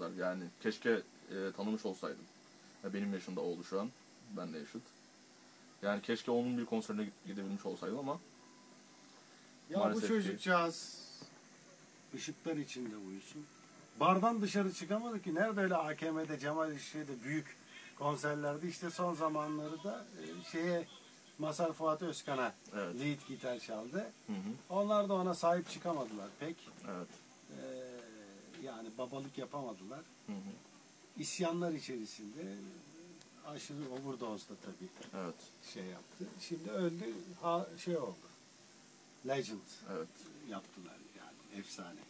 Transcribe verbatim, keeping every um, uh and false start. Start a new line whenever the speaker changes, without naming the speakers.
kadar. Yani keşke e, tanımış olsaydım. Ya benim yaşımda oğlu şu an. Ben de yaşıt. Yani keşke onun bir konserine gidebilmiş olsaydım ama
ya
maalesef
bu çocukcağız ışıklar içinde uyusun. Bardan dışarı çıkamadı ki. Nerede öyle A K M'de, Cemal İşçi'de büyük konserlerde işte son zamanları da e, şeye Mazhar Fuat Özkan'a
evet.
lead gitar çaldı.
Hı hı.
Onlar da ona sahip çıkamadılar pek.
Evet.
Ee, yani babalık yapamadılar.
Hı hı.
İsyanlar içerisinde aşırı overdose'da tabii
evet.
şey yaptı. Şimdi öldü, ha, şey oldu. Legend
evet.
yaptılar yani, efsane.